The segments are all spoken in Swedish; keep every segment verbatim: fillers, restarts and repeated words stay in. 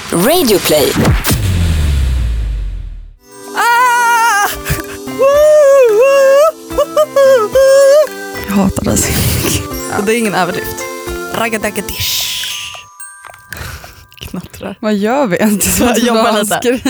Radioplay. Ah! Jag hatar dig så mycket. Ja. Det är ingen överdrift. Raggadagadish. Knattrar. Vad gör vi ens? Jag jobbar lite.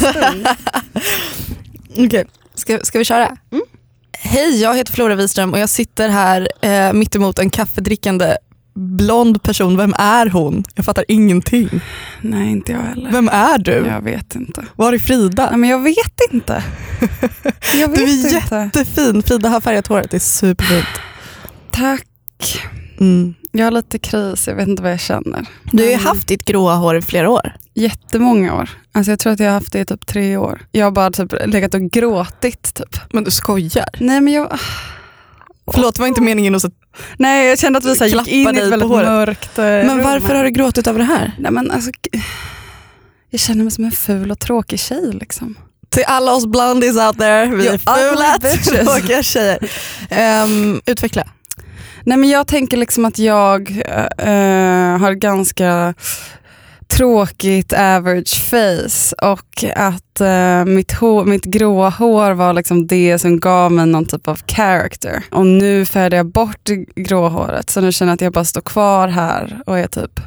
Okej, okay. ska, ska vi köra? Mm. Hej, jag heter Flora Wiström och jag sitter här eh, mitt emot en kaffedrickande blond person. Vem är hon? Jag fattar ingenting. Nej, inte jag heller. Vem är du? Jag vet inte. Var är Frida? Nej, men jag vet inte. Jag vet du är inte. Jättefin. Frida har färgat håret, det är superfint. Tack. Mm. Jag har lite kris, jag vet inte vad jag känner. Du har ju haft ditt gråa hår i flera år. Jättemånga år. Alltså jag tror att jag har haft det i typ tre år. Jag har bara typ legat och gråtit typ. Men du skojar? Nej, men jag... Förlåt, det var inte meningen att så... Nej, jag kände att vi så gick in i ett väldigt mörkt Men rum. Varför har du gråtit över det här? Nej, men alltså... Jag känner mig som en ful och tråkig tjej liksom. Till alla oss blondies out there, vi är fula, tråkiga tjejer. Um, utveckla. Nej, men jag tänker liksom att jag uh, har ganska tråkigt average face och att uh, mitt, hår, mitt gråa hår var liksom det som gav mig någon typ av character. Och nu färgade jag bort gråhåret, så nu känner jag att jag bara står kvar här och är typ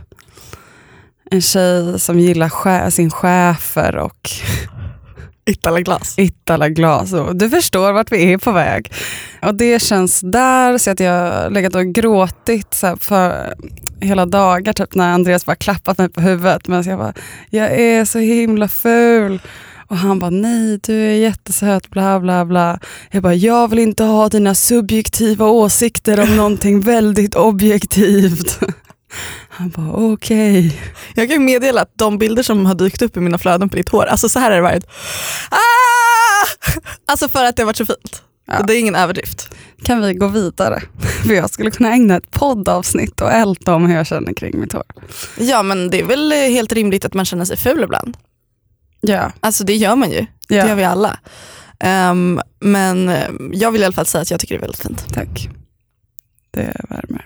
en tjej som gillar sch- sin chefer och Italaglas. Italaglas. Du förstår vart vi är på väg. Och det känns där så att jag har legat och gråtit så här för hela dagar typ när Andreas bara klappat mig på huvudet. Men jag bara, jag är så himla ful. Och han bara, nej du är jättesöt, bla bla bla. Jag bara, jag vill inte ha dina subjektiva åsikter om någonting väldigt objektivt. Han bara, okej. Okay. Jag kan meddela att de bilder som har dykt upp i mina flöden på ditt hår, alltså så här har det varit. Ah! Alltså för att det har varit så fint. Ja. Det är ingen överdrift. Kan vi gå vidare? För jag skulle kunna ägna ett poddavsnitt och älta om hur jag känner kring mitt hår. Ja, men det är väl helt rimligt att man känner sig ful ibland. Ja. Alltså det gör man ju. Ja. Det gör vi alla. Um, men jag vill i alla fall säga att jag tycker det är väldigt fint. Tack. Det värmer.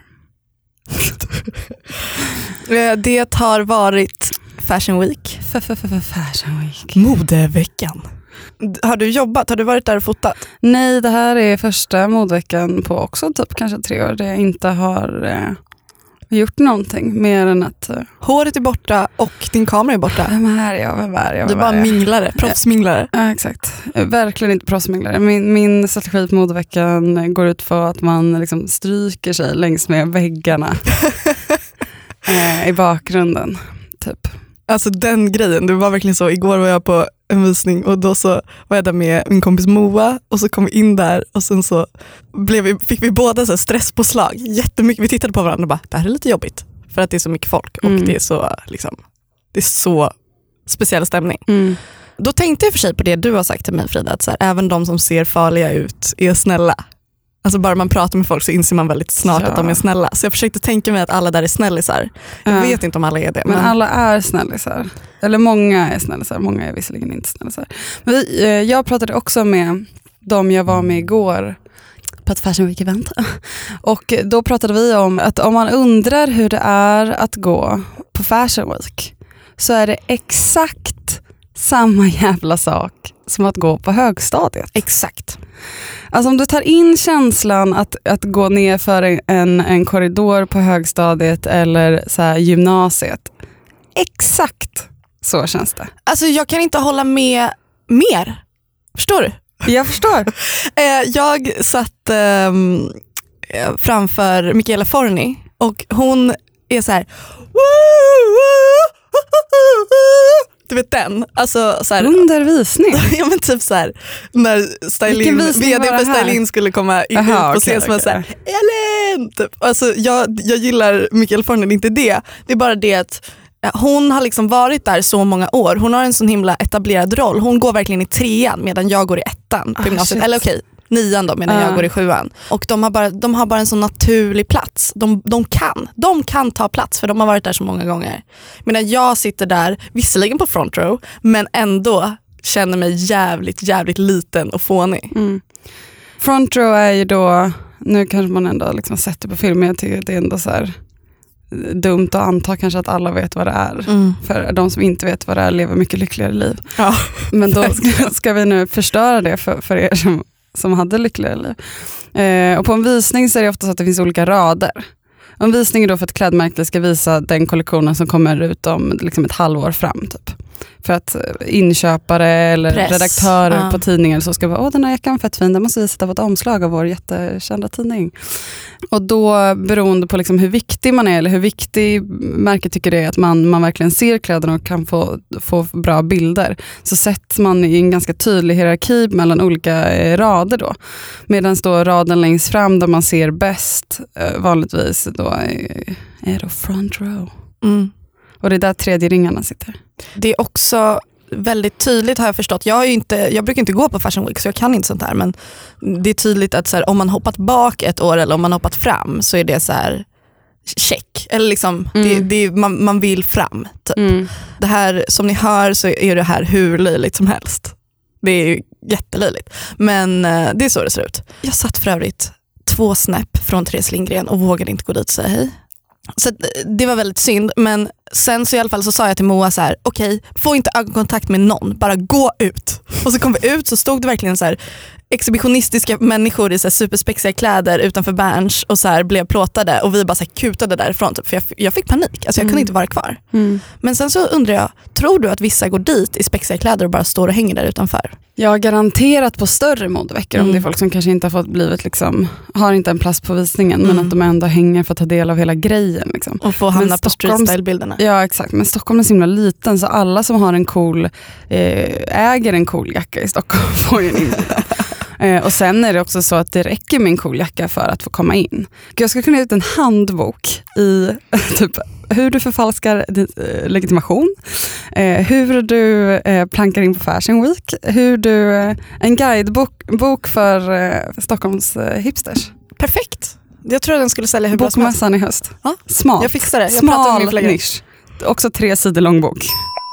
Det har varit Fashion Week. Fashion Week. Modeveckan. Har du jobbat? Har du varit där och fotat? Nej, det här är första modeveckan på också typ kanske tre år där jag inte har eh, gjort någonting mer än att... Eh, håret är borta och din kamera är borta. Vem är jag? Vem är jag? Du är bara minglare, proffsminglare. Ja, exakt. Verkligen inte proffsminglare. Min, min strategi på modeveckan går ut för att man liksom stryker sig längs med väggarna eh, i bakgrunden. Typ. Alltså den grejen, det var verkligen så. Igår var jag på en visning och då så var jag där med min kompis Moa och så kom vi in där och sen så blev vi, fick vi båda så här stresspåslag. Jättemycket. Vi tittade på varandra och bara, det här är lite jobbigt för att det är så mycket folk och mm. det är så liksom, det är så speciell stämning. Mm. Då tänkte jag för sig på det du har sagt till mig, Frida, att så här, även de som ser farliga ut är snälla. Alltså bara man pratar med folk så inser man väldigt snart ja. att de är snälla. Så jag försökte tänka mig att alla där är snällisar. Jag ja. vet inte om alla är det. Men, men alla är snällisar. Eller många är snällisar. Många är visserligen inte snällisar. Men vi, jag pratade också med de jag var med igår på ett Fashion Week-event. Och då pratade vi om att om man undrar hur det är att gå på Fashion Week så är det exakt samma jävla sak som att gå på högstadiet. Exakt. Alltså om du tar in känslan att, att gå ner för en, en korridor på högstadiet eller så här gymnasiet. Exakt så känns det. Alltså jag kan inte hålla med mer. Förstår du? Jag förstår. jag satt um, framför Michaela Forni och hon är så här... Du vet den, alltså så här, undervisning. Ja men typ så här när Stylin, vd för Stylin skulle komma in Aha, på scen okay, okay. så här Ellen typ. Alltså jag jag gillar Michaela Forni, inte det. Det är bara det att hon har liksom varit där så många år. Hon har en sån himla etablerad roll. Hon går verkligen i trean medan jag går i ettan på gymnasiet. Ah, eller okej, nian då medan uh. jag går i sjuan. Och de har bara, de har bara en sån naturlig plats. De, de kan. De kan ta plats för de har varit där så många gånger. Medan jag sitter där, visserligen på front row, men ändå känner mig jävligt, jävligt liten och fånig. Mm. Front row är ju då, nu kanske man ändå liksom sett det på film, men jag tycker det är ändå så här dumt att anta kanske att alla vet vad det är. Mm. För de som inte vet vad det är lever mycket lyckligare liv. Ja. Men då ska, ska vi nu förstöra det för, för er som, som hade lyckligare liv. Eh, och på en visning så är det ofta så att det finns olika rader. En visning är då för att klädmärket ska visa den kollektionen som kommer ut om liksom ett halvår fram typ. För att inköpare eller Press. redaktörer ja. på tidningar så ska vara, åh den här jackan är fett fin, den måste vi sätta på ett omslag av vår jättekända tidning. Och då beroende på liksom hur viktig man är eller hur viktig märket tycker det är att man, man verkligen ser kläderna och kan få, få bra bilder, så sätts man i en ganska tydlig hierarki mellan olika eh, rader då. Medan då raden längst fram där man ser bäst eh, vanligtvis då är, är då front row. Mm. Och det är där tredje ringarna sitter. Det är också väldigt tydligt har jag förstått. Jag, har ju inte, jag brukar inte gå på Fashion Week så jag kan inte sånt här. Men det är tydligt att så här, om man hoppat bak ett år eller om man hoppat fram så är det så här check. Eller liksom, mm. det, det är, man, man vill fram. Typ. Mm. Det här som ni hör så är det här hur löjligt som helst. Det är ju jättelöjligt. Men det är så det ser ut. Jag satt för övrigt två snäpp från Therese Lindgren och vågade inte gå dit och säga hej. Så det var väldigt synd, men sen så i alla fall så sa jag till Moa så här: okej, okay, få inte ögonkontakt med någon, bara gå ut. Och så kom vi ut så stod det verkligen så här exhibitionistiska människor i så här superspexiga kläder utanför Berns och så här blev plåtade och vi bara så här kutade därifrån typ, för jag, jag fick panik, alltså jag mm. kunde inte vara kvar. Mm. Men sen så undrar jag, tror du att vissa går dit i spexiga kläder och bara står och hänger där utanför? Jag har garanterat på större modeveckor mm. om det är folk som kanske inte har fått blivit liksom, har inte en plats på visningen mm. men att de ändå hänger för att ta del av hela grejen liksom. Och få hamna på streetstyle-bilderna. Ja exakt, men Stockholm är så himla liten så alla som har en cool eh, äger en cool jacka i Stockholm får ju en inbjudan. Eh, och sen är det också så att det räcker med en cool jacka för att få komma in. Jag ska kunna ge ut en handbok i typ hur du förfalskar din eh, legitimation, eh, hur du eh, plankar in på Fashion Week, hur du, eh, en guidebok bok för eh, Stockholms eh, hipsters. Perfekt. Jag tror att den skulle sälja hur bra som helst. Bokmässan i höst. Ja? Smart. Jag fixar det. Jag Smal nisch. Också tre sidor lång bok.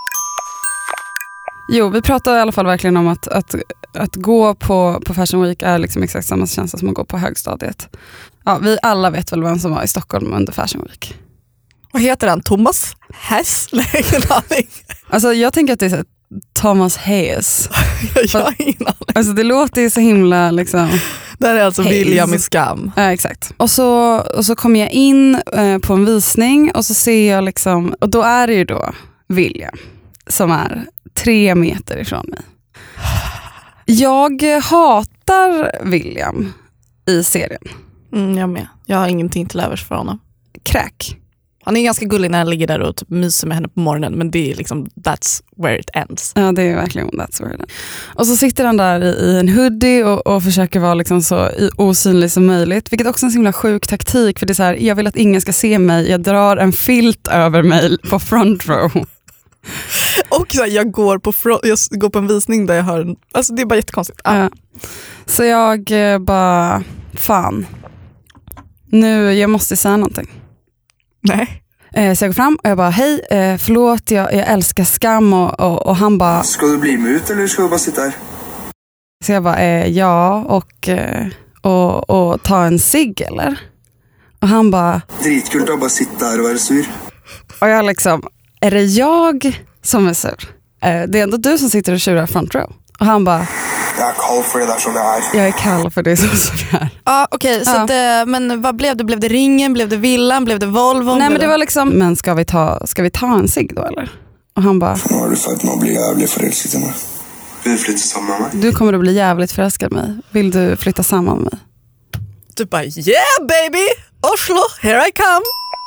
Jo, vi pratar i alla fall verkligen om att, att, att gå på, på Fashion Week är liksom exakt samma känsla som att gå på högstadiet. Ja, vi alla vet väl vem som var i Stockholm under Fashion Week. Vad heter han? Thomas Hess? Nej, ingen aning. Alltså jag tänker att det är så här, Thomas Hayes. Jag har ingen aning. Alltså det låter ju så himla liksom... Det är alltså Hayes. William i Skam. Ja, exakt. Och så, och så kommer jag in eh, på en visning och så ser jag liksom... Och då är det ju då William som är tre meter ifrån mig. Jag hatar William i serien. Mm, jag med. Jag har ingenting till övers för honom. Kräk. Han är ganska gullig när han ligger där och typ myser med henne på morgonen, men det är liksom that's where it ends. Ja, det är verkligen that's where it ends. Och så sitter han där i, i en hoodie och, och försöker vara liksom så osynlig som möjligt, vilket också är en så himla sjuk taktik, för det är så här, jag vill att ingen ska se mig, jag drar en filt över mig på front row. Och så här, jag, går på front, jag går på en visning där jag har en, alltså det är bara jättekonstigt. Ah. Ja. Så jag eh, bara, fan, nu, jag måste säga någonting. Nej. Eh, så jag går fram och jag bara, hej, eh, förlåt, jag, jag älskar Skam och, och, och han bara... Ska du bli med ut eller ska du bara sitta här? Så jag bara, eh, ja, och, eh, och, och ta en cigg eller? Och han bara... Dritkult att bara sitta här och vara sur. Och jag liksom, är det jag som är sur? Eh, det är ändå du som sitter och tjurar front row. Och han bara... Jag är kall för det där som det är. Jag är kall för det som det är. Ja, okej. Okay, ja. Men vad blev det? Blev det ringen? Blev det villan? Blev det Volvo? Nej, men det var liksom, men ska vi ta, ska vi ta en cigg då eller? Och han bara... Nu har du sagt att man blir jävligt förälskad i mig. Vill du flytta samman med mig? Du kommer att bli jävligt förälskad i mig. Vill du flytta samman med mig? Du bara, yeah baby! Oslo, here I come!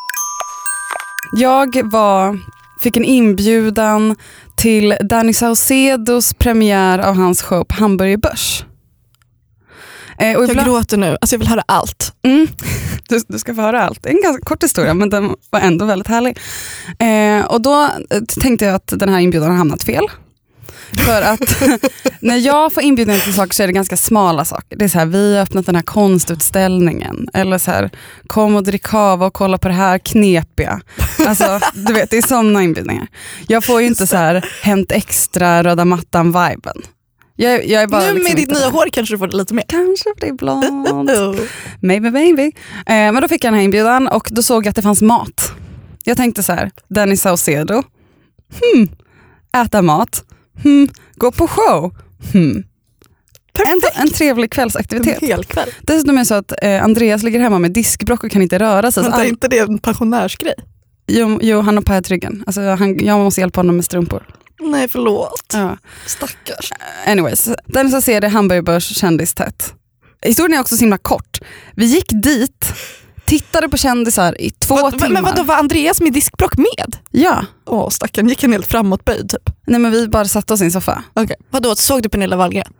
Jag var... fick en inbjudan till Danny Saucedos premiär av hans show på Hamburger Börs. Eh, och ibland... Jag gråter nu, alltså jag vill höra allt. Mm. Du, du ska få höra allt. Det är en ganska kort historia, men den var ändå väldigt härlig. Eh, och då tänkte jag att den här inbjudan har hamnat fel. För att när jag får inbjudan till saker så är det ganska smala saker. Det är så här, vi har öppnat den här konstutställningen. Eller så här, kom och drick kava och kolla på det här knepiga. Alltså, du vet, det är sådana inbjudningar. Jag får ju inte så här, hänt extra röda mattan-viben. Jag, jag är bara nu liksom med ditt nya hår kanske du får det lite mer. Kanske blir blond. Maybe baby. Eh, men då fick jag den här inbjudan och då såg jag att det fanns mat. Jag tänkte så här, Danny Saucedo, hmm, äta mat, hmm, gå på show, hmm. En, en trevlig kvällsaktivitet. En hel kväll. Dessutom är det så att eh, Andreas ligger hemma med diskbrock och kan inte röra sig. Men är inte det en pensionärsgrej? Jo, jo han har pajat ryggen. Alltså, han, jag måste hjälpa honom med strumpor. Nej, förlåt. Ja. Stackars. Anyways, den som ser det hamburgerbörs kändistätt. Historien är också så himla kort. Vi gick dit, tittade på kändisar i två Va, timmar. Men vadå, var Andreas med diskbrock med? Ja. Åh, stackarn, gick han helt framåtböjd typ? Nej, men vi bara satte oss i en soffa. Okay. Vadå, såg du Pernilla Wahlgren?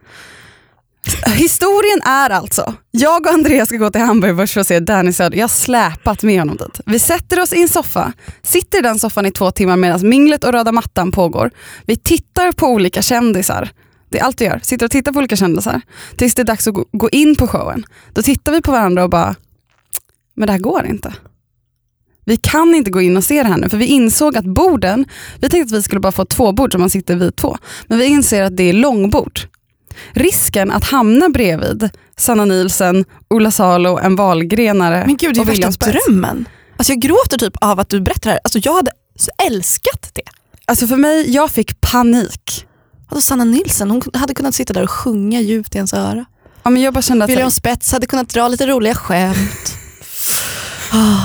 Historien är alltså, jag och Andreas ska gå till hamburgerbörs för att se Danny Saucedo. Jag har släpat med honom dit. Vi sätter oss i en soffa, sitter i den soffan i två timmar medan minglet och röda mattan pågår. Vi tittar på olika kändisar. Det är allt vi gör, sitter och tittar på olika kändisar. Tills det är dags att gå in på showen. Då tittar vi på varandra och bara, men det här går inte. Vi kan inte gå in och se det här nu, för vi insåg att borden, vi tänkte att vi skulle bara få två bord som man sitter vid två. Men vi inser att det är långbord. Risken att hamna bredvid Sanna Nielsen, Ola Salo, en valgrenare. Men gud, det är värsta drömmen. Alltså jag gråter typ av att du berättar det här. Alltså jag hade så älskat det. Alltså för mig, jag fick panik. Alltså Sanna Nielsen, hon hade kunnat sitta där och sjunga djupt i ens öra. Ja, men jag bara kände att William Spets hade kunnat dra lite roliga skämt. oh.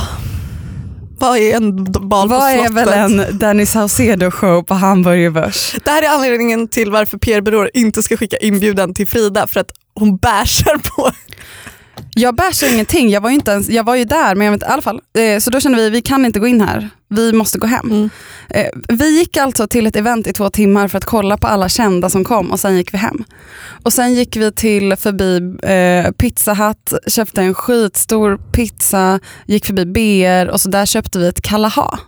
Vad är en bal på Vad slottet? är väl en Danny Saucedo show på hamburgerbörs? Det här är anledningen till varför Pierre Beror inte ska skicka inbjudan till Frida, för att hon bärsar på. Jag bärsar ingenting, jag var ju inte ens, jag var ju där, men jag vet, i alla fall. Eh, så då kände vi, vi kan inte gå in här, vi måste gå hem. Mm. Eh, vi gick alltså till ett event i två timmar för att kolla på alla kända som kom, och sen gick vi hem. Och sen gick vi till förbi eh, Pizza Hut, köpte en skitstor pizza, gick förbi B R och så där köpte vi ett Kalaha.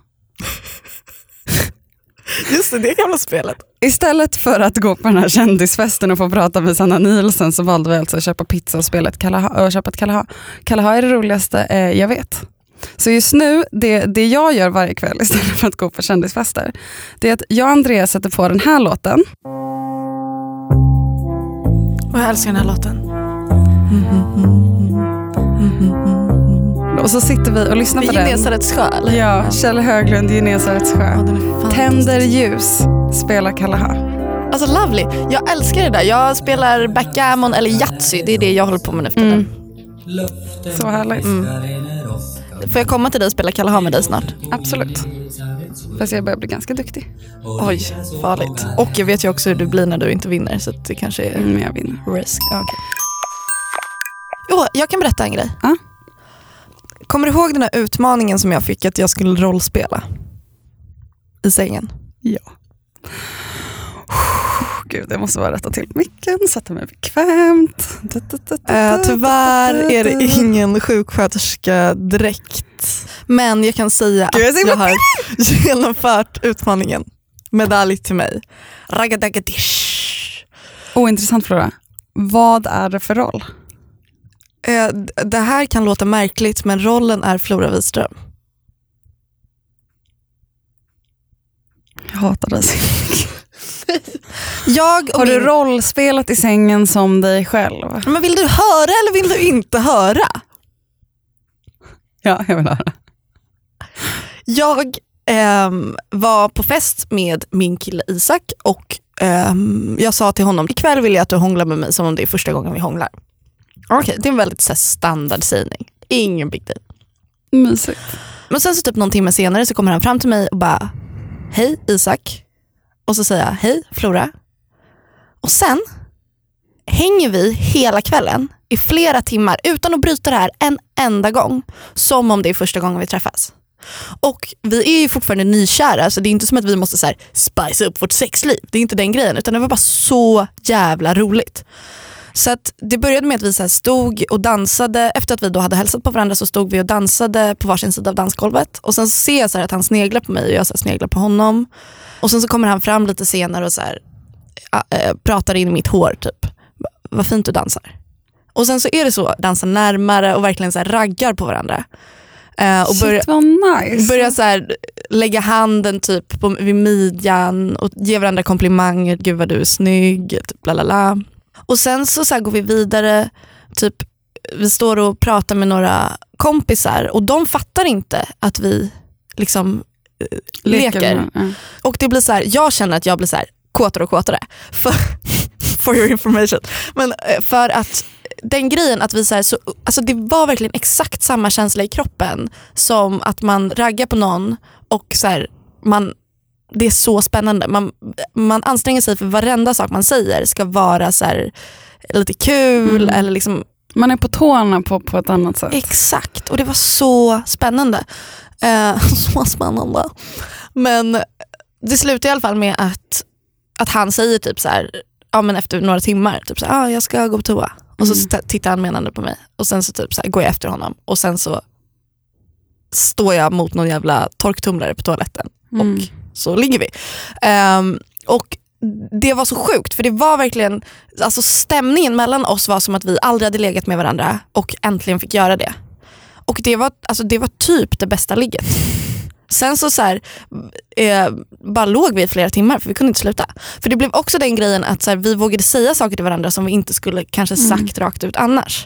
Just det, det gamla spelet. Istället för att gå på den här kändisfesten och få prata med Sanna Nielsen, så valde vi alltså att köpa pizza och spela ett Kalaha, och köpa ett Kalaha. Kalaha är det roligaste eh, jag vet. Så just nu, det, det jag gör varje kväll istället för att gå på kändisfester, det är att jag och Andreas sätter på den här låten. Och jag älskar den här låten. Och så sitter vi och lyssnar på den. Genesarets sjö, eller? Ja, Kjell Höglund, Genesarets sjö. Ja, Tänder ljus, spelar Kalaha. Alltså lovely. Jag älskar det där. Jag spelar backgammon eller Yatzy. Det är det jag håller på med nu för tiden. Mm. Så härligt. Mm. Får jag komma till dig och spela Kalaha med dig snart? Absolut. Fast jag börjar bli ganska duktig. Oj, farligt. Och jag vet ju också hur du blir när du inte vinner, så det kanske är mm, jag vinner. Risk. Okay. Jo, jag kan berätta en grej. Ah? Kommer du ihåg den här utmaningen som jag fick att jag skulle rollspela i sängen? Ja. Gud, jag måste bara rätta till micken, sätta mig bekvämt. Uh, tyvärr är det ingen sjuksköterska direkt. Men jag kan säga Gud, att jag har genomfört utmaningen. Medalj till mig. Ragadagadish. Ointressant, Flora. Vad är det för roll? Uh, det här kan låta märkligt, men rollen är Flora Wiström. Jag hatar dig så mycket. Jag Har min... du rollspelat i sängen som dig själv? Men vill du höra eller vill du inte höra? Ja, jag vill höra. Jag eh, var på fest med min kille Isak och eh, jag sa till honom, ikväll vill jag att du hånglar med mig som om det är första gången vi hånglar. Okej, okay, det är en väldigt så här, standardsägning. Ingen big deal. Mysigt. Men sen så typ någon timme senare så kommer han fram till mig och bara, hej Isak. Och så säger jag, hej Flora. Och sen hänger vi hela kvällen i flera timmar utan att bryta det här en enda gång. Som om det är första gången vi träffas. Och vi är ju fortfarande nykära, så det är inte som att vi måste så här spice upp vårt sexliv. Det är inte den grejen, utan det var bara så jävla roligt. Så att det började med att vi så här stod och dansade. Efter att vi då hade hälsat på varandra så stod vi och dansade på varsin sida av dansgolvet. Och sen ser jag så här att han sneglar på mig och jag så här sneglar på honom. Och sen så kommer han fram lite senare och så här, äh, pratar in i mitt hår typ. Vad fint du dansar. Och sen så är det så, dansar närmare och verkligen så här raggar på varandra. Uh, och börja, Shit, vad nice. börja så här, lägga handen typ på, vid midjan och ge varandra komplimanger. Gud vad du är snygg, typ, lalala. Och sen så, så här, går vi vidare. Typ, vi står och pratar med några kompisar och de fattar inte att vi liksom uh, leker. leker. Mm. Och det blir så här, jag känner att jag blir så här kåtare och kåtare. För, for your information. Men uh, för att den grejen att vi så här, så, alltså det var verkligen exakt samma känsla i kroppen som att man raggar på någon och så här, man, det är så spännande. Man, man anstränger sig för varenda sak man säger ska vara så här, lite kul mm. eller liksom. Man är på tårna på, på ett annat sätt. Exakt, och det var så spännande. Eh, så spännande. Men det slutar i alla fall med att, att han säger typ så här, ja men efter några timmar typ så här, ah, jag ska gå på toa. Och så mm. tittar han menande på mig. Och sen så typ så här, går jag efter honom. Och sen så står jag mot någon jävla torktumlare på toaletten. Mm. Och så ligger vi. Um, och det var så sjukt. För det var verkligen, alltså stämningen mellan oss var som att vi aldrig hade legat med varandra. Och äntligen fick göra det. Och det var, alltså det var typ det bästa ligget. Sen så, så här, eh, bara låg vi i flera timmar för vi kunde inte sluta. För det blev också den grejen att så här, vi vågade säga saker till varandra som vi inte skulle kanske sagt mm. rakt ut annars.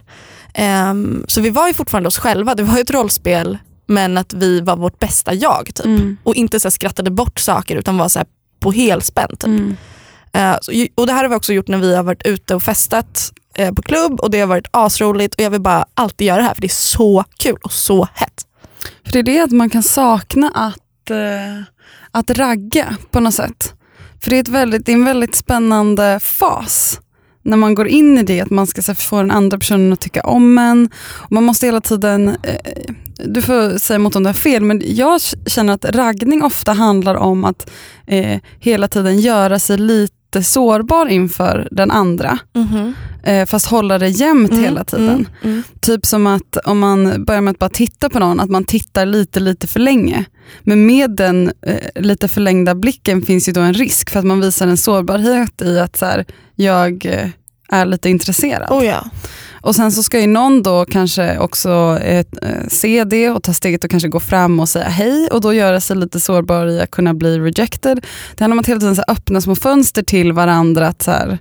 Um, så vi var ju fortfarande oss själva. Det var ju ett rollspel, men att vi var vårt bästa jag typ. Mm. Och inte så här, skrattade bort saker utan var så här, på helspänn typ. Mm. Uh, så, och det här har vi också gjort när vi har varit ute och festat uh, på klubb. Och det har varit asroligt. Och jag vill bara alltid göra det här för det är så kul och så hett. För det är det att man kan sakna att, eh, att ragga på något sätt. För det är, ett väldigt, det är en väldigt spännande fas när man går in i det, att man ska så, få den andra personen att tycka om en. Och man måste hela tiden, eh, du får säga emot om det är fel, men jag känner att raggning ofta handlar om att eh, hela tiden göra sig lite sårbar inför den andra. Mm-hmm. Eh, fast hålla det jämnt mm, hela tiden. Mm, mm. Typ som att om man börjar med att bara titta på någon, att man tittar lite lite för länge. Men med den eh, lite förlängda blicken finns ju då en risk för att man visar en sårbarhet i att så här, jag eh, är lite intresserad. Oh ja. Och sen så ska ju någon då kanske också eh, se det och ta steget och kanske gå fram och säga hej och då göra sig lite sårbar i att kunna bli rejected. Det handlar om att hela tiden så här, öppna små fönster till varandra, att så här,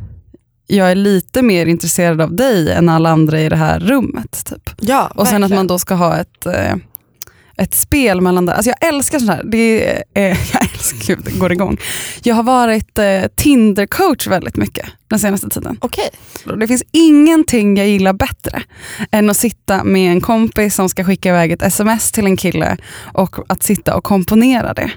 jag är lite mer intresserad av dig än alla andra i det här rummet. Typ. Ja, och sen verkligen. Att man då ska ha ett, ett spel mellan det. Alltså jag älskar sånt här. Det är, jag älskar, gud, det går igång. Jag har varit eh, Tinder-coach väldigt mycket den senaste tiden. Okej. Okay. Det finns ingenting jag gillar bättre än att sitta med en kompis som ska skicka iväg ett sms till en kille och att sitta och komponera det.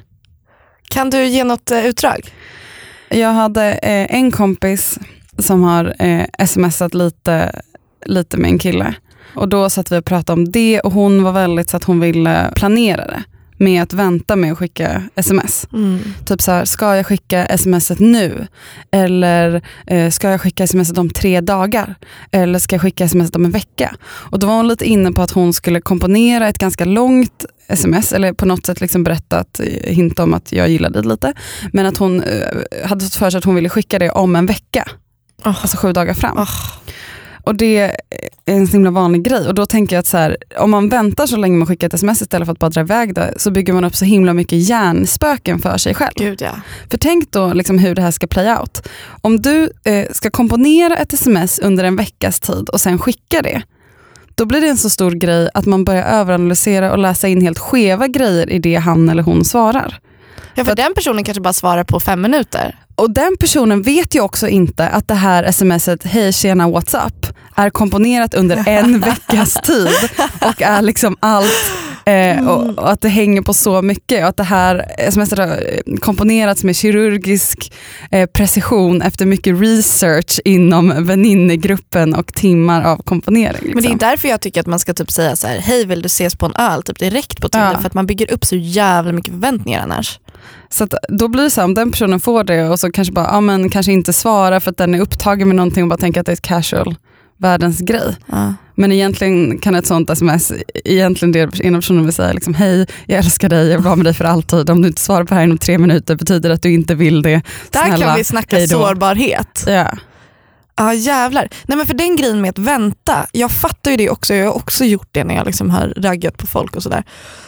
Kan du ge något eh, utdrag? Jag hade eh, en kompis som har eh, smsat lite, lite med en kille. Och då satt vi och pratade om det och hon var väldigt så att hon ville planera det med att vänta med att skicka sms. Mm. Typ så här, ska jag skicka smset nu? Eller eh, ska jag skicka smset om tre dagar? Eller ska jag skicka smset om en vecka? Och då var hon lite inne på att hon skulle komponera ett ganska långt sms eller på något sätt liksom berättat, hint om att jag gillade det lite. Men att hon eh, hade fått för sig att hon ville skicka det om en vecka. Oh. Alltså sju dagar fram. Oh. Och det är en så himla vanlig grej. Och då tänker jag att så här, om man väntar så länge man skickar ett sms istället för att bara dra iväg det, så bygger man upp så himla mycket hjärnspöken för sig själv. Gud, ja. För tänk då liksom hur det här ska play out. Om du eh, ska komponera ett sms under en veckas tid och sen skicka det, då blir det en så stor grej att man börjar överanalysera och läsa in helt skeva grejer i det han eller hon svarar. Ja, för, för att den personen kanske bara svarar på fem minuter. Och den personen vet ju också inte att det här smset, hej tjena WhatsApp, är komponerat under en veckas tid och är liksom allt eh, och, och att det hänger på så mycket och att det här smset har komponerats med kirurgisk eh, precision efter mycket research inom väninnegruppen och timmar av komponering. Liksom. Men det är därför jag tycker att man ska typ säga så här, hej vill du ses på en öl typ direkt på Tinder, ja. För att man bygger upp så jävla mycket förväntningar annars. Så att då blir det så här, om den personen får det och så kanske bara, ja men kanske inte svara för att den är upptagen med någonting och bara tänker att det är ett casual världens grej. Ja. Men egentligen kan ett sånt sms, egentligen det ena personen vill säga liksom, hej, jag älskar dig, jag vill vara med dig för alltid. Om du inte svarar på det här inom tre minuter betyder det att du inte vill det. Snälla, där kan vi snacka sårbarhet. Ja. Ja, jävlar. Nej, men för den grejen med att vänta, jag fattar ju det också. Jag har också gjort det när jag liksom har raggat på folk och sådär.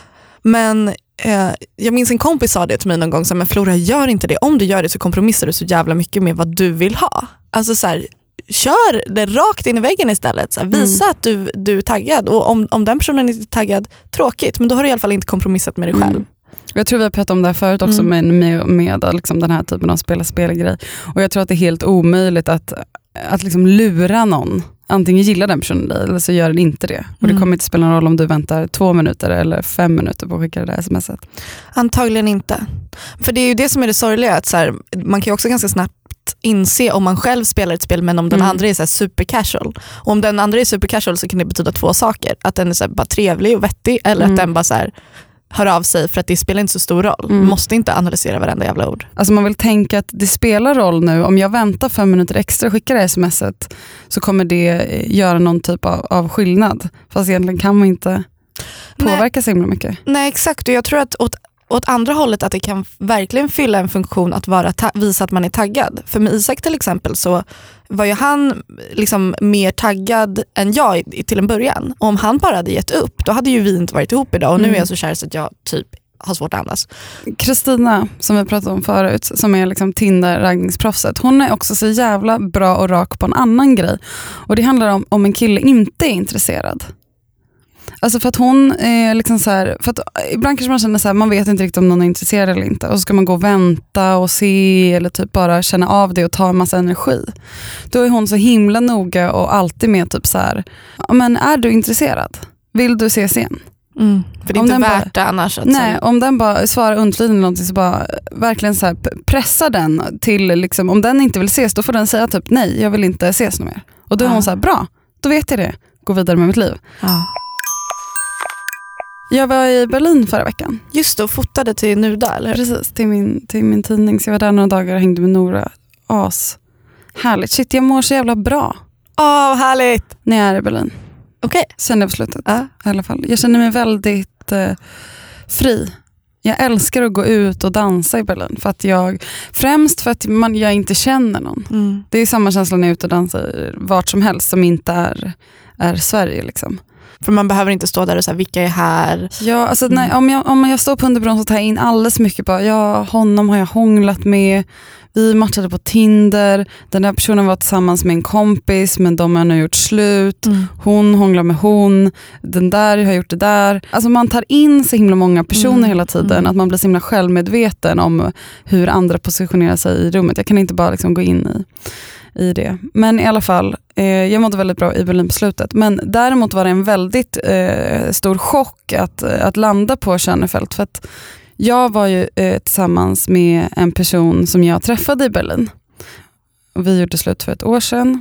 Men eh, jag minns en kompis sa det till mig någon gång, så, men Flora, gör inte det. Om du gör det så kompromissar du så jävla mycket med vad du vill ha. Alltså så här, kör det rakt in i väggen istället. Så här, visa mm. att du, du är taggad. Och om, om den personen inte är taggad, tråkigt. Men då har du i alla fall inte kompromissat med dig själv. Mm. Jag tror vi har pratat om det här förut också mm. med, med, med liksom den här typen av spela-spela-grej. Och jag tror att det är helt omöjligt att, att liksom lura någon. Antingen gillar den personen dig eller så gör den inte det. Och mm. det kommer inte spela någon roll om du väntar två minuter eller fem minuter på att skicka det där smset. Antagligen inte. För det är ju det som är det sorgliga. Att så här, man kan ju också ganska snabbt inse om man själv spelar ett spel men om den mm. andra är så här super casual. Och om den andra är super casual så kan det betyda två saker. Att den är så här bara trevlig och vettig eller mm. att den bara så här hör av sig för att det spelar inte så stor roll. Mm. Man måste inte analysera varenda jävla ord. Alltså man vill tänka att det spelar roll nu. Om jag väntar fem minuter extra och skickar det smset så kommer det göra någon typ av, av skillnad. Fast egentligen kan man inte påverka så himla mycket. Nej, exakt. Och jag tror att åt, åt andra hållet att det kan verkligen fylla en funktion att vara ta- visa att man är taggad. För med Isak till exempel så var ju han liksom mer taggad än jag till en början. Och om han bara hade gett upp, då hade ju vi inte varit ihop idag. Och nu mm. är jag så kär så att jag typ har svårt att andas. Kristina, som vi pratade om förut, som är liksom Tinder-raggningsproffset, hon är också så jävla bra och rak på en annan grej. Och det handlar om om en kille inte är intresserad. Alltså för att hon är liksom så här, för att ibland kanske man känner så här, man vet inte riktigt om någon är intresserad eller inte. Och så ska man gå och vänta och se eller typ bara känna av det och ta en massa energi. Då är hon så himla noga och alltid med typ så här, men är du intresserad? Vill du ses igen? Mm, för det är om inte värt det annars. Nej, säga. Om den bara svarar undflyende eller någonting så bara verkligen så här pressa den till liksom, om den inte vill ses då får den säga typ nej, jag vill inte ses mer. Och då är ja. hon så här, bra, då vet jag det. Gå vidare med mitt liv. Ja. Jag var i Berlin förra veckan. Just det, och fotade till Nuda, eller? Precis, till min, till min tidning. Så jag var där några dagar och hängde med Nora. As. Härligt. Shit, jag mår så jävla bra. Åh, oh, härligt. När jag är i Berlin. Okej. Okay. Känner jag på slutet. Uh. I alla fall. Jag känner mig väldigt eh, fri. Jag älskar att gå ut och dansa i Berlin. För att jag, främst för att man, jag inte känner någon. Mm. Det är samma känsla när jag är ute och dansar vart som helst som inte är, är Sverige liksom. För man behöver inte stå där och säga vilka är här. Ja, alltså mm. nej, om, jag, om jag står på Underbron så tar jag in alldeles mycket på, ja, honom har jag hånglat med. Vi matchade på Tinder. Den där personen var tillsammans med en kompis men de har nu gjort slut. Mm. Hon hånglar med hon. Den där har gjort det där. Alltså man tar in så himla många personer mm. hela tiden mm. att man blir så himla självmedveten om hur andra positionerar sig i rummet. Jag kan inte bara liksom gå in i i det. Men i alla fall, eh, jag mådde väldigt bra i Berlin på slutet. Men däremot var det en väldigt eh, stor chock att, att landa på Schönefeld. För att jag var ju eh, tillsammans med en person som jag träffade i Berlin. Och vi gjorde slut för ett år sedan.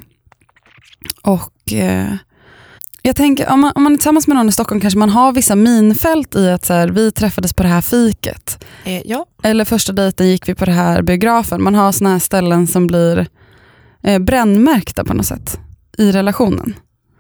Och eh, jag tänker, om man, om man är tillsammans med någon i Stockholm kanske man har vissa minfält i att så här, vi träffades på det här fiket. Eh, ja. Eller första dejten gick vi på det här biografen. Man har såna här ställen som blir Eh, brännmärkta på något sätt i relationen.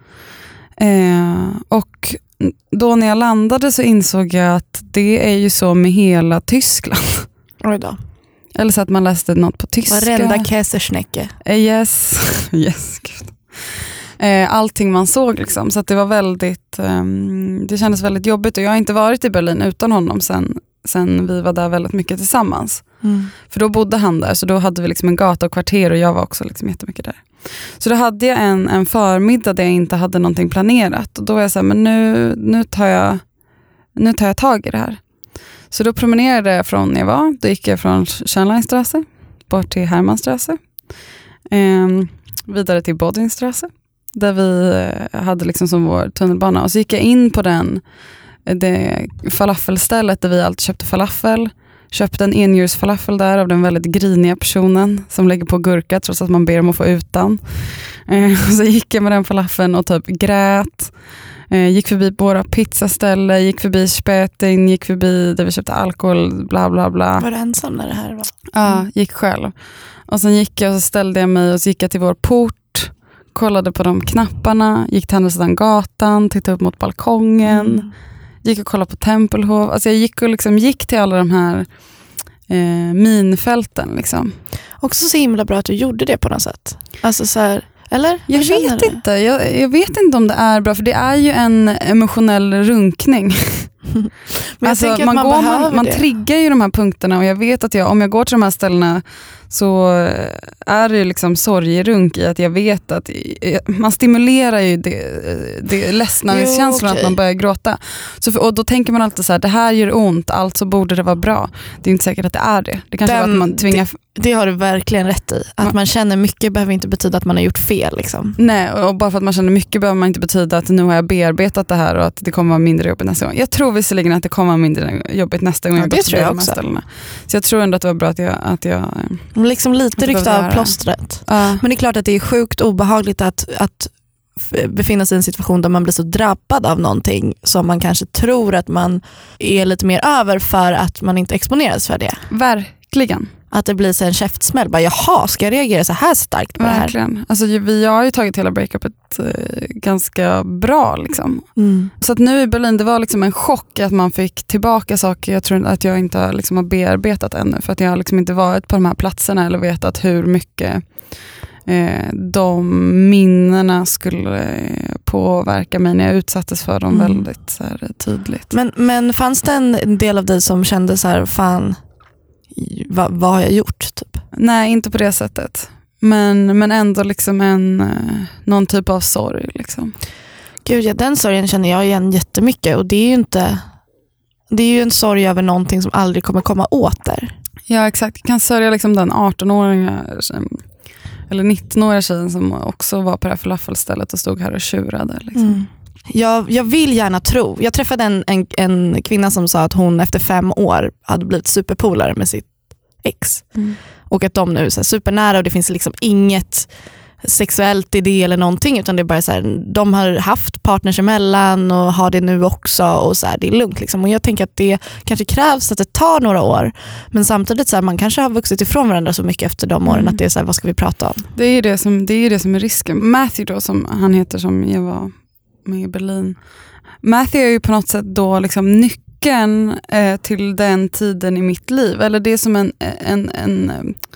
Eh, och då när jag landade så insåg jag att det är ju så med hela Tyskland. Oj då. Eller så att man läste något på tyska. Varenda Käserschnecke. Eh, yes. yes, gud. Eh, allting man såg liksom. Så att det var väldigt, eh, det kändes väldigt jobbigt. Och jag har inte varit i Berlin utan honom sen, sen vi var där väldigt mycket tillsammans. Mm. För då bodde han där, så då hade vi liksom en gata och kvarter och jag var också liksom jättemycket där. Så då hade jag en, en förmiddag där jag inte hade någonting planerat och då var jag så här, men nu, nu, tar jag, nu tar jag tag i det här. Så då promenerade jag från när jag var, då gick jag från Schönleinstrasse bort till Hermannstrasse, eh, vidare till Bodinstrasse där vi hade liksom som vår tunnelbana och så gick jag in på den det falafelstället där vi alltid köpte falafel. Köpte en enhjulsfalafel där av den väldigt griniga personen som lägger på gurka trots att man ber om att få utan. Eh, så gick jag med den falafeln och typ grät. Eh, gick förbi våra pizzaställe, gick förbi Späting, gick förbi där vi köpte alkohol, bla bla bla. Var du ensam när det här var? Ja, mm. gick själv. Och sen gick jag och så ställde jag mig och så gick jag till vår port, kollade på de knapparna, gick till andra sidan gatan, tittade upp mot balkongen. Mm. Gick och kollade på Tempelhof. Alltså jag gick och liksom gick till alla de här eh, minfälten liksom. Också så himla bra att du gjorde det på något sätt. Alltså så här, eller? Jag vet det? inte. Jag, jag vet inte om det är bra för det är ju en emotionell runkning. Men alltså, jag man, man, går, man, man triggar ju de här punkterna och jag vet att jag, om jag går till de här ställena så är det ju liksom sorgerunk i att jag vet att man stimulerar ju det, det ledsnavhetskänslan okay. att man börjar gråta. Så för, och då tänker man alltid så här, det här gör ont, alltså borde det vara bra. Det är inte säkert att det är det. Det kanske Den, är att man tvingar... Det, det har du verkligen rätt i. Att man känner mycket behöver inte betyda att man har gjort fel. Liksom. Nej, och bara för att man känner mycket behöver man inte betyda att nu har jag bearbetat det här och att det kommer vara mindre jobbigt nästa gång. Jag tror visserligen att det kommer vara mindre jobbigt nästa gång. Ja, det tror jag också. Så jag tror ändå att det var bra att jag... Att jag liksom lite ryckt av plåstret. Uh. Men det är klart att det är sjukt obehagligt att, att befinna sig i en situation där man blir så drabbad av någonting som man kanske tror att man är lite mer över för att man inte exponeras för det. Verkligen. Att det blir så en käftsmäll. Bara, jaha, ska jag reagera så här starkt på Verkligen. det här? Alltså, vi har ju tagit hela breakupet eh, ganska bra. Liksom. Mm. Så att nu i Berlin, det var liksom en chock att man fick tillbaka saker jag tror att jag inte liksom har bearbetat ännu. För att jag har liksom inte varit på de här platserna eller vetat hur mycket eh, de minnena skulle påverka mig när jag utsattes för dem mm. väldigt så här, tydligt. Men, men fanns det en del av dig som kände så här, fan... Va, vad har jag gjort? Typ? Nej, inte på det sättet. Men, men ändå liksom en, någon typ av sorg. Liksom. Gud, ja, den sorgen känner jag igen jättemycket. Och det är ju inte... Det är ju en sorg över någonting som aldrig kommer komma åter. Ja, exakt. Jag kan sörja liksom den arton-åriga eller nitton-åriga tjejen som också var på det här falafelstället och stod här och tjurade. Liksom. Mm. Jag, jag vill gärna tro. Jag träffade en, en, en kvinna som sa att hon efter fem år hade blivit superpolare med sitt ex. Mm. Och att de nu är så här supernära och det finns liksom inget sexuellt i det eller någonting, utan det är bara så här, de har haft partners emellan och har det nu också och så här, det är lugnt liksom. Och jag tänker att det kanske krävs att det tar några år, men samtidigt så här, man kanske har vuxit ifrån varandra så mycket efter de åren mm. att det är så här, vad ska vi prata om? Det är ju det som, det är det som är risken. Matthew då, som han heter, som jag var med i Berlin. Matthew är ju på något sätt då liksom nyckeln eh, till den tiden i mitt liv. Eller det är som en, en, en,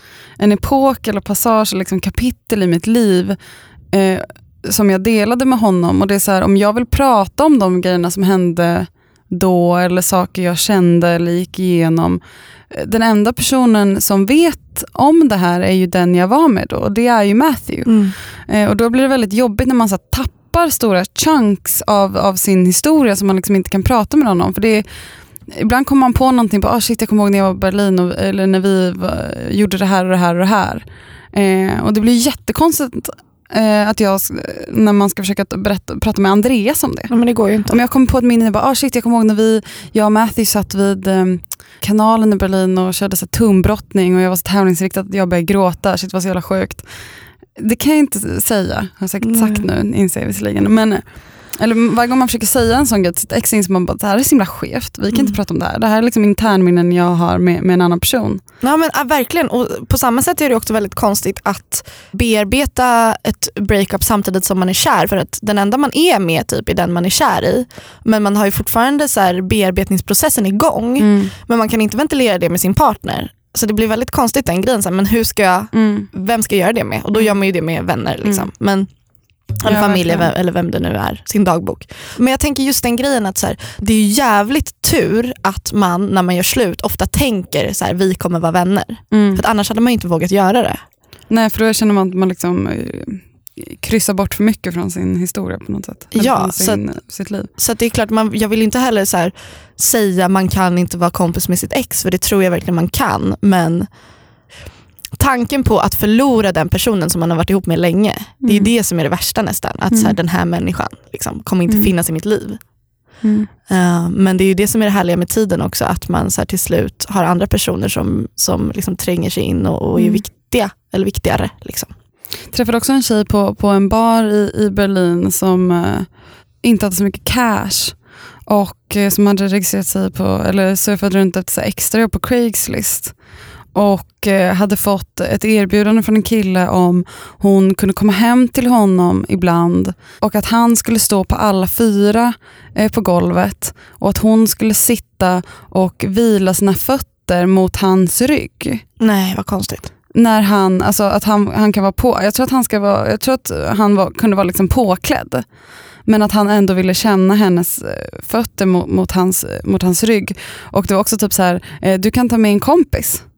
en epok eller passage, liksom kapitel i mitt liv eh, som jag delade med honom. Och det är så här, om jag vill prata om de grejerna som hände då eller saker jag kände eller gick igenom. Den enda personen som vet om det här är ju den jag var med då. Och det är ju Matthew. Mm. Eh, och då blir det väldigt jobbigt när man så tappar stora chunks av, av sin historia som man liksom inte kan prata med någon om. För det är, ibland kommer man på någonting på, ah, shit, jag kommer ihåg när jag var i Berlin och, eller när vi var, gjorde det här och det här och det här. Eh, och det blir jättekonstigt eh, att jag, när man ska försöka berätta, prata med Andreas om det. Ja, men det går ju inte. Om jag kommer på ett minne och bara, ah, shit, jag kommer ihåg när vi, jag och Matthew satt vid eh, kanalen i Berlin och körde så tumbrottning och jag var så tävlingsriktad att jag började gråta. Shit, det var så jävla sjukt. Det kan jag inte säga, jag har säkert sagt nu, inser jag visserligen. Men, eller varje gång man försöker säga en sån grej till sitt ex, så man bara, det här är så himla skevt, vi kan mm. inte prata om det här. Det här är liksom internminnen jag har med, med en annan person. Ja, men ja, verkligen, och på samma sätt är det också väldigt konstigt att bearbeta ett breakup samtidigt som man är kär, för att den enda man är med typ är den man är kär i, men man har ju fortfarande så här bearbetningsprocessen igång, mm. men man kan inte ventilera det med sin partner. Så det blir väldigt konstigt den grejen, men hur ska jag, mm. vem ska jag göra det med? Och då gör man ju det med vänner liksom. Mm. Men eller ja, familj verkligen. Eller vem det nu är, sin dagbok. Men jag tänker just den grejen att så här, det är ju jävligt tur att man när man gör slut ofta tänker så här, vi kommer vara vänner. Mm. För att annars hade man ju inte vågat göra det. Nej, för då känner man att man liksom kryssar bort för mycket från sin historia på något sätt. Eller ja, sin, så, att, sitt liv. Så att det är klart, man, jag vill inte heller så här, säga man kan inte vara kompis med sitt ex, för det tror jag verkligen man kan. Men tanken på att förlora den personen som man har varit ihop med länge, mm. det är det som är det värsta nästan. Att mm. så här, den här människan liksom, kommer inte mm. finnas i mitt liv. Mm. Uh, men det är ju det som är det härliga med tiden också, att man så här, till slut har andra personer som, som liksom tränger sig in och, och är mm. viktiga, eller viktigare liksom. Jag träffade också en tjej på, på en bar i, i Berlin som uh, inte hade så mycket cash och uh, som hade registrerat sig på, eller surfat runt efter så här, extra på Craigslist och uh, hade fått ett erbjudande från en kille om hon kunde komma hem till honom ibland och att han skulle stå på alla fyra uh, på golvet och att hon skulle sitta och vila sina fötter mot hans rygg. Nej, vad konstigt. När han, alltså att han, han kan vara på, jag tror att han ska vara, jag tror att han var, kunde vara liksom påklädd, men att han ändå ville känna hennes fötter mot, mot, hans, mot hans rygg. Och det var också typ så här, du kan ta med en kompis.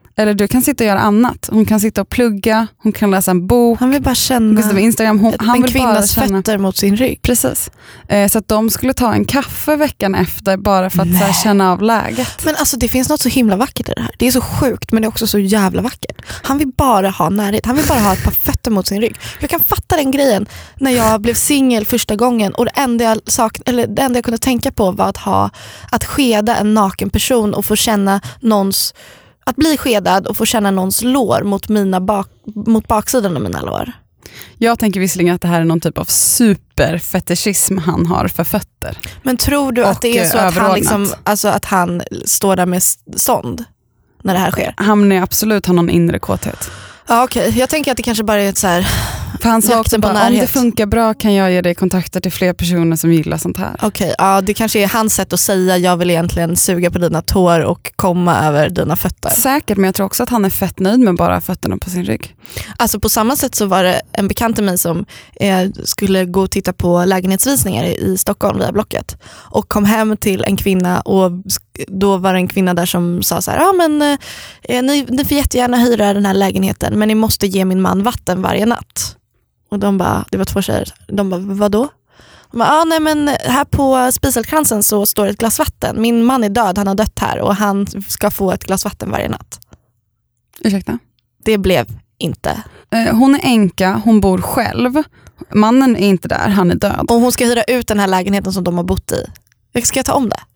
Eller du kan sitta och göra annat. Hon kan sitta och plugga, hon kan läsa en bok. Han vill bara känna Instagram. Hon, ett, han en vill kvinnas bara känna, fötter mot sin rygg. Precis. Eh, så att de skulle ta en kaffe veckan efter bara för att så här, känna av läget. Men alltså det finns något så himla vackert i det här. Det är så sjukt men det är också så jävla vackert. Han vill bara ha närhet. Han vill bara ha ett par fötter mot sin rygg. Jag kan fatta den grejen när jag blev singel första gången och det enda jag, sak, eller det enda jag kunde tänka på var att ha att skeda en naken person och få känna någons att bli skedad och få känna någons lår mot, mina bak, mot baksidan av mina lår. Jag tänker visserligen att det här är någon typ av superfetischism han har för fötter. Men tror du att det är så att han, liksom, alltså att han står där med sond när det här sker? Han är absolut har någon inre kåthet. Ja, okej. Okay. Jag tänker att det kanske bara är ett så här... För han sa också bara, om det funkar bra kan jag ge dig kontakter till fler personer som gillar sånt här. Okej, okay, ja, det kanske är hans sätt att säga jag vill egentligen suga på dina tår och komma över dina fötter. Säkert, men jag tror också att han är fett nöjd med bara fötterna på sin rygg. Alltså på samma sätt så var det en bekant till mig som eh, skulle gå och titta på lägenhetsvisningar i, i Stockholm via Blocket. Och kom hem till en kvinna och då var det en kvinna där som sa så här, ja men eh, ni, ni får jättegärna hyra den här lägenheten men ni måste ge min man vatten varje natt. Och de bara, det var två tjejer, de bara, vadå? De bara, ah, nej men här på spiselkransen så står ett glas vatten. Min man är död, han har dött här och han ska få ett glas vatten varje natt. Ursäkta? Det blev inte. Hon är änka, hon bor själv. Mannen är inte där, han är död. Och hon ska hyra ut den här lägenheten som de har bott i. Ska jag ta om det?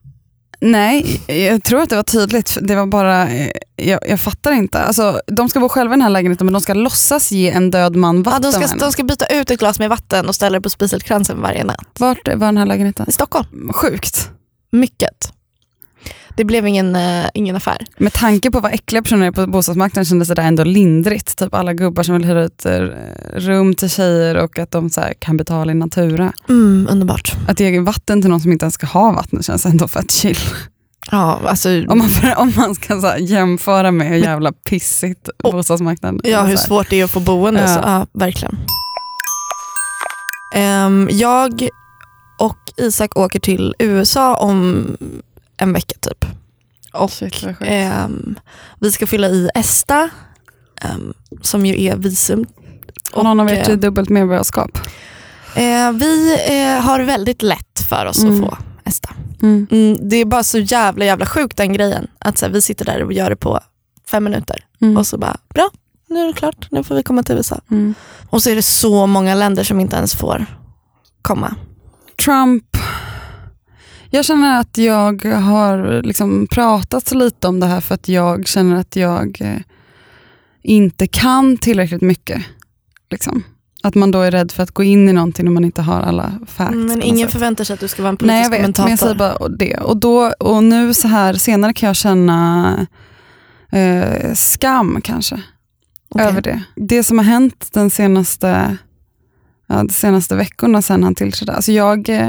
Nej, jag tror att det var tydligt. Det var bara, jag, jag fattar inte. Alltså, de ska bo själva i den här lägenheten men de ska låtsas ge en död man vatten. Ja, de, ska, de ska byta ut ett glas med vatten och ställa det på spiselkransen varje natt. Vart var den här lägenheten? I Stockholm. Sjukt. Mycket. Det blev ingen, uh, ingen affär. Med tanke på vad äckliga personer är på bostadsmarknaden kändes det där ändå lindrigt. Typ alla gubbar som vill hyra ut rum till tjejer och att de så här kan betala i natura. Mm, underbart. Att ge vatten till någon som inte ens ska ha vatten känns ändå fett chill. Ja, alltså... Om man, om man ska så här, jämföra med hur jävla pissigt oh, bostadsmarknaden. Ja, hur svårt det är att få boende. Ja, så, ja verkligen. Um, jag och Isak åker till U S A om en vecka typ. Och Shit, um, vi ska fylla i ESTA um, som ju är visum. Och någon av er till dubbelt medborgarskap? Uh, vi uh, har väldigt lätt för oss mm. att få ESTA. Mm. Mm, det är bara så jävla jävla sjukt den grejen. Att så här, vi sitter där och gör det på fem minuter. Mm. Och så bara, bra, nu är det klart. Nu får vi komma till U S A. Mm. Och så är det så många länder som inte ens får komma. Trump... Jag känner att jag har liksom pratat så lite om det här för att jag känner att jag eh, inte kan tillräckligt mycket. Liksom. Att man då är rädd för att gå in i någonting när man inte har alla facts. Mm, men ingen sätt. Förväntar sig att du ska vara en politisk Nej, jag vet, kommentator. Men jag säger bara det. Och, då, och nu så här senare kan jag känna eh, skam kanske. Okay. Över det. Det som har hänt den senaste, ja, de senaste veckorna sedan han tillträdde. Alltså jag... Eh,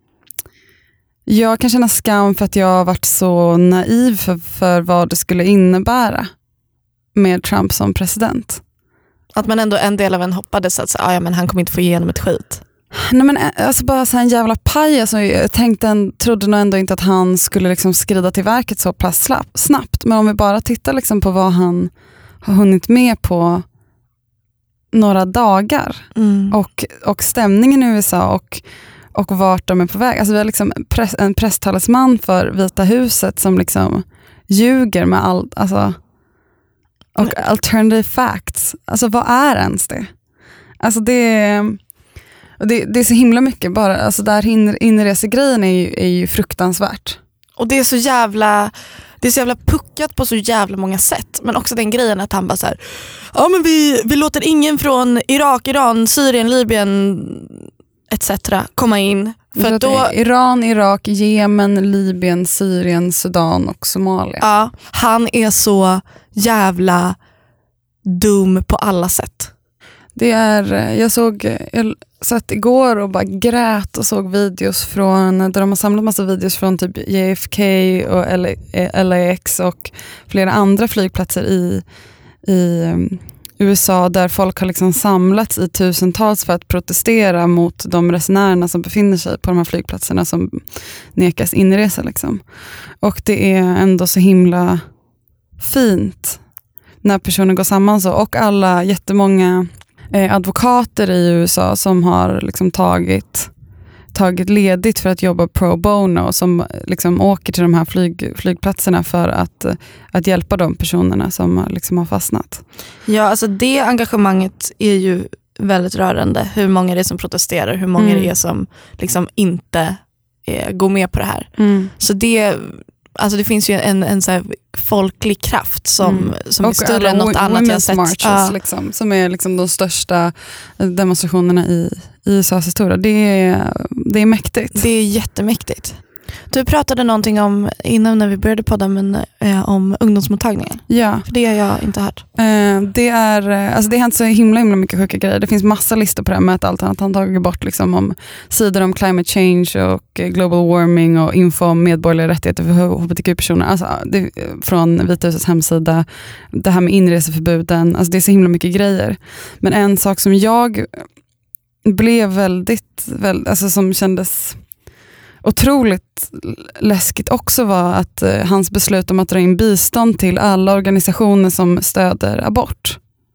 Jag kan känna skam för att jag har varit så naiv för, för vad det skulle innebära med Trump som president. Att man ändå en del av en hoppades att ah, ja, men han kommer inte få igenom ett skit. Nej men alltså bara så en jävla paj. Alltså, jag tänkte, en, trodde nog ändå inte att han skulle liksom skrida till verket så pass snabbt. Men om vi bara tittar liksom på vad han har hunnit med på några dagar. Mm. Och, och stämningen i U S A och och vart de är på väg. Alltså vi har liksom press, en presstalesman för Vita huset som liksom ljuger med allt, alltså, och Nej. alternative facts. Alltså vad är ens det? Alltså det, det, det är så himla mycket bara, alltså där inresegrejen är ju, är ju fruktansvärt. Och det är så jävla det är så jävla puckat på så jävla många sätt. Men också den grejen att han bara så här, ja men vi, vi låter ingen från Irak, Iran, Syrien, Libyen et cetera komma in. För då, Iran, Irak, Jemen, Libyen, Syrien, Sudan och Somalia. Ja, han är så jävla dum på alla sätt. Det är, jag såg, jag satt igår och bara grät och såg videos från, där de har samlat massa videos från typ J F K och L A X och flera andra flygplatser i, i U S A där folk har liksom samlats i tusentals för att protestera mot de resenärerna som befinner sig på de här flygplatserna som nekas inresa liksom. Och det är ändå så himla fint när personer går samman så, och alla jättemånga eh, advokater i U S A som har liksom tagit tagit ledigt för att jobba pro bono, som liksom åker till de här flyg, flygplatserna för att, att hjälpa de personerna som liksom har fastnat. Ja, alltså det engagemanget är ju väldigt rörande. Hur många det är som protesterar, hur många mm. det är som liksom inte eh, går med på det här. Mm. Så det, alltså det finns ju en, en så här folklig kraft som, mm. som är större än något annat jag har sett. Marches, ja. liksom, som är liksom de största demonstrationerna i, i U S A:s historia. Det är, det är mäktigt. Det är jättemäktigt. Du pratade någonting om innan när vi började podda men, eh, om ungdomsmottagningen. Ja. För det har jag inte hört. Eh, det är alltså det har hänt så himla, himla mycket sjuka grejer. Det finns massa listor på det här med att allt annat han tagit bort liksom, om sidor om climate change och global warming och info om medborgerliga rättigheter för H B T Q-personer. Alltså, det, från Vita husets hemsida. Det här med inreseförbuden. Alltså, det är så himla mycket grejer. Men en sak som jag blev väldigt, väldigt alltså, som kändes otroligt läskigt också var att eh, hans beslut om att dra in bistånd till alla organisationer som stöder abort.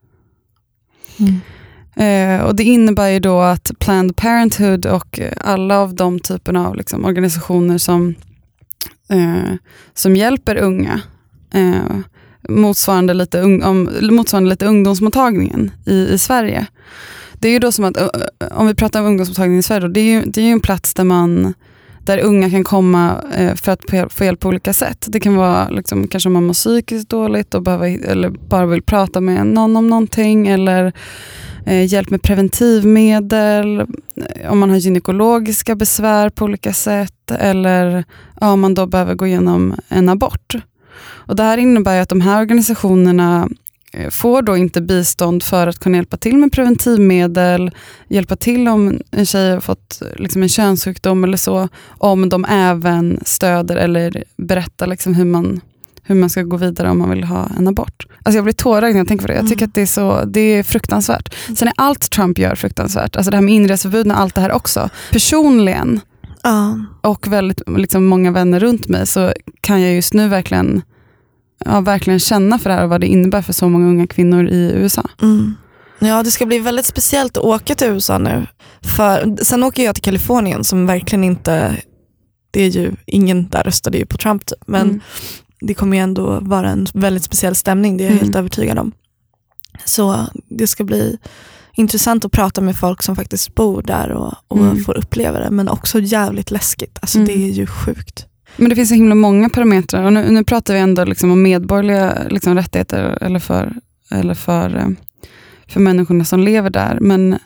Mm. Eh, och det innebär ju då att Planned Parenthood och alla av de typerna av liksom, organisationer som, eh, som hjälper unga eh, motsvarande, lite un- om, motsvarande lite ungdomsmottagningen i, i Sverige. Det är ju då som att om vi pratar om ungdomsmottagningen i Sverige då, det är ju, det är ju en plats där man där unga kan komma eh, för att få hjälp på olika sätt. Det kan vara liksom, kanske om man mår psykiskt dåligt och behöver, eller bara vill prata med någon om någonting, eller eh, hjälp med preventivmedel, om man har gynekologiska besvär på olika sätt, eller ja, om man då behöver gå igenom en abort. Och det här innebär att de här organisationerna får då inte bistånd för att kunna hjälpa till med preventivmedel, hjälpa till om en tjej har fått liksom en könssjukdom eller så, om de även stöder eller berättar liksom hur man, hur man ska gå vidare om man vill ha en abort. Alltså jag blir tårögd när jag tänker på det. Jag tycker mm. att det är, så, det är fruktansvärt. Sen är allt Trump gör fruktansvärt. Alltså det här med inreseförbud och allt det här också. Personligen uh. och väldigt liksom, många vänner runt mig så kan jag just nu verkligen Ja, verkligen känna för det här och vad det innebär för så många unga kvinnor i U S A. Mm. Ja, det ska bli väldigt speciellt att åka till U S A nu. För, sen åker jag till Kalifornien som verkligen inte, det är ju, ingen där röstade ju på Trump typ, men mm. det kommer ju ändå vara en väldigt speciell stämning, det är jag mm. helt övertygad om. Så det ska bli intressant att prata med folk som faktiskt bor där och, och mm. får uppleva det, men också jävligt läskigt. Alltså mm. det är ju sjukt. Men det finns så himla många parametrar och nu, nu pratar vi ändå liksom om medborgerliga liksom rättigheter eller för, eller för, för människorna som lever där. Men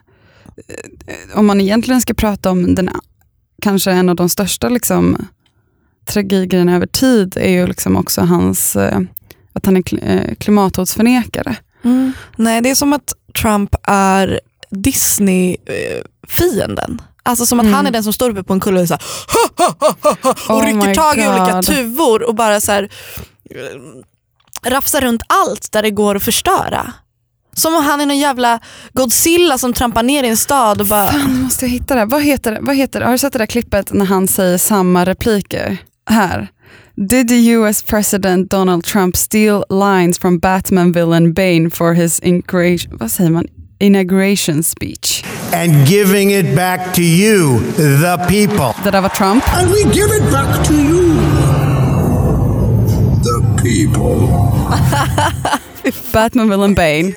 om man egentligen ska prata om den kanske en av de största liksom, tragedierna över tid är ju liksom också hans att han är klimathotsförnekare. Mm. Nej, det är som att Trump är Disney-fienden. Alltså som att mm. han är den som står uppe på en kulle och, så här, ha, ha, ha, ha, och oh rycker tag i olika tuvor och bara så här, rafsar runt allt där det går att förstöra. Som om han är någon jävla Godzilla som trampar ner i en stad och bara... Fan, nu måste jag hitta det. Vad heter det? Vad heter det? Har du sett det där klippet när han säger samma repliker? Här. Did the U S President Donald Trump steal lines from Batman villain Bane for his inauguration... Vad säger man? Inauguration speech. And giving it back to you, the people. Det där var Trump. And we give it back to you, the people. Batman villain Bane.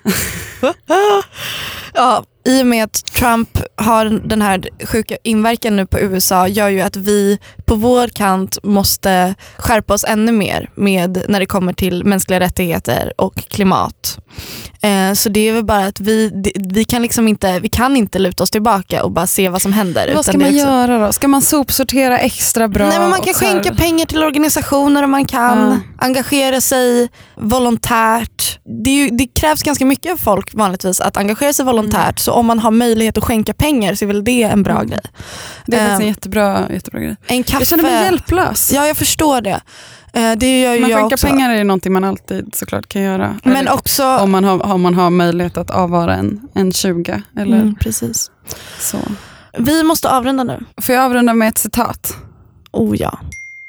Ja, i och med att Trump har den här sjuka inverkan nu på U S A gör ju att vi på vår kant måste skärpa oss ännu mer med när det kommer till mänskliga rättigheter och klimat. Eh, så det är väl bara att vi, vi kan liksom inte vi kan inte luta oss tillbaka och bara se vad som händer. Vad ska man göra då? Ska man sopsortera extra bra? Nej, men man kan skänka pengar till organisationer och man kan mm. engagera sig volontärt. Det, är ju, det krävs ganska mycket av folk vanligtvis att engagera sig volontärt. Mm. Så om man har möjlighet att skänka pengar så är väl det en bra mm. grej. Det är faktiskt en jättebra, jättebra grej. En kaffe. Jag känner mig hjälplös. Ja, jag förstår det. Det gör ju man jag skänka också. Pengar är ju någonting man alltid såklart kan göra. Men eller också om man har, om man har möjlighet att avvara en, en tjugo. Eller mm, precis. Så. Vi måste avrunda nu. Får jag avrunda med ett citat? Oh ja.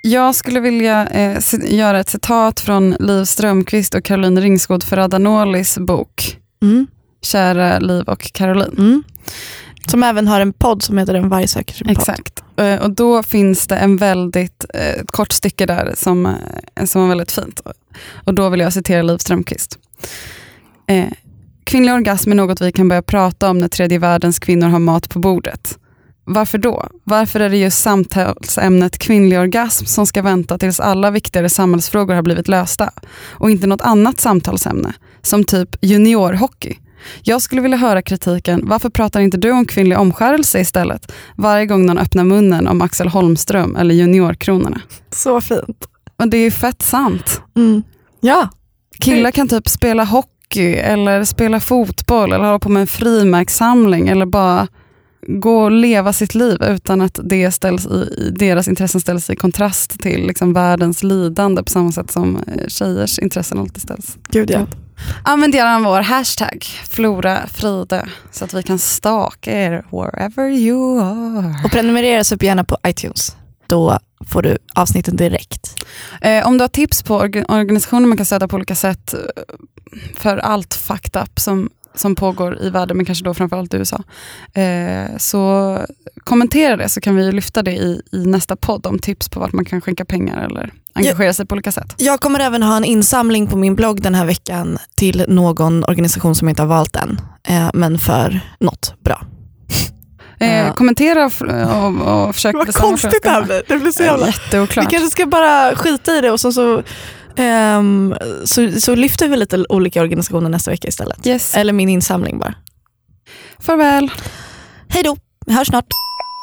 Jag skulle vilja eh, göra ett citat från Liv Strömquist och Caroline Ringsgård Ferrada-Nolis bok. Mm. Kära Liv och Caroline. Mm. Som även har en podd som heter En varg söker sin podd. Exakt. Eh, och då finns det en väldigt eh, kort stycke där som, eh, som är väldigt fint. Och då vill jag citera Liv Strömquist. Eh, Kvinnlig orgasm är något vi kan börja prata om när tredje världens kvinnor har mat på bordet. Varför då? Varför är det just samtalsämnet kvinnlig orgasm som ska vänta tills alla viktigare samhällsfrågor har blivit lösta? Och inte något annat samtalsämne, som typ juniorhockey. Jag skulle vilja höra kritiken, varför pratar inte du om kvinnlig omskärelse istället? Varje gång någon öppnar munnen om Axel Holmström eller juniorkronorna. Så fint. Och det är ju fett sant. Mm. Ja. Killar kan typ spela hockey eller spela fotboll eller hålla på med en frimärkssamling eller bara gå och leva sitt liv utan att det ställs i, deras intressen ställs i kontrast till liksom världens lidande på samma sätt som tjejers intressen alltid ställs. Gud ja. Använd gärna vår hashtag Flora Fride så att vi kan stalka er wherever you are. Och prenumerera så gärna på iTunes. Då får du avsnitten direkt. Eh, om du har tips på orga- organisationer man kan stödja på olika sätt för allt fucked up som som pågår i världen, men kanske då framförallt i U S A. Eh, så kommentera det så kan vi lyfta det i, i nästa podd om tips på vart man kan skänka pengar eller engagera jag, sig på olika sätt. Jag kommer även ha en insamling på min blogg den här veckan till någon organisation som inte har valt än, eh, men för något bra. Eh, kommentera och, och, och försök bestämma. Vad konstigt det här blir. Det blir så jävla jätteoklart. Vi kanske ska bara skita i det och så så Um, så, så lyfter vi lite olika organisationer nästa vecka istället. Yes. Eller min insamling bara. Farväl. Hej då, vi hörs snart.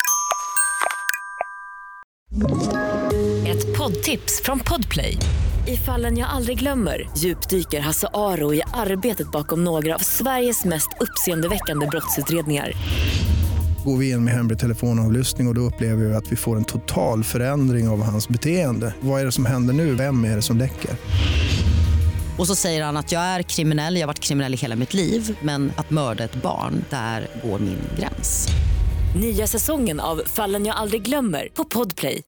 Ett poddtips från Podplay. I Fallen jag aldrig glömmer djupdyker Hasse Aro i arbetet bakom några av Sveriges mest uppseendeväckande brottsutredningar. Går vi in med hemlig telefonavlyssning och då upplever vi att vi får en total förändring av hans beteende. Vad är det som händer nu? Vem är det som läcker? Och så säger han att jag är kriminell, jag har varit kriminell i hela mitt liv. Men att mörda ett barn, där går min gräns. Nya säsongen av Fallen jag aldrig glömmer på Podplay.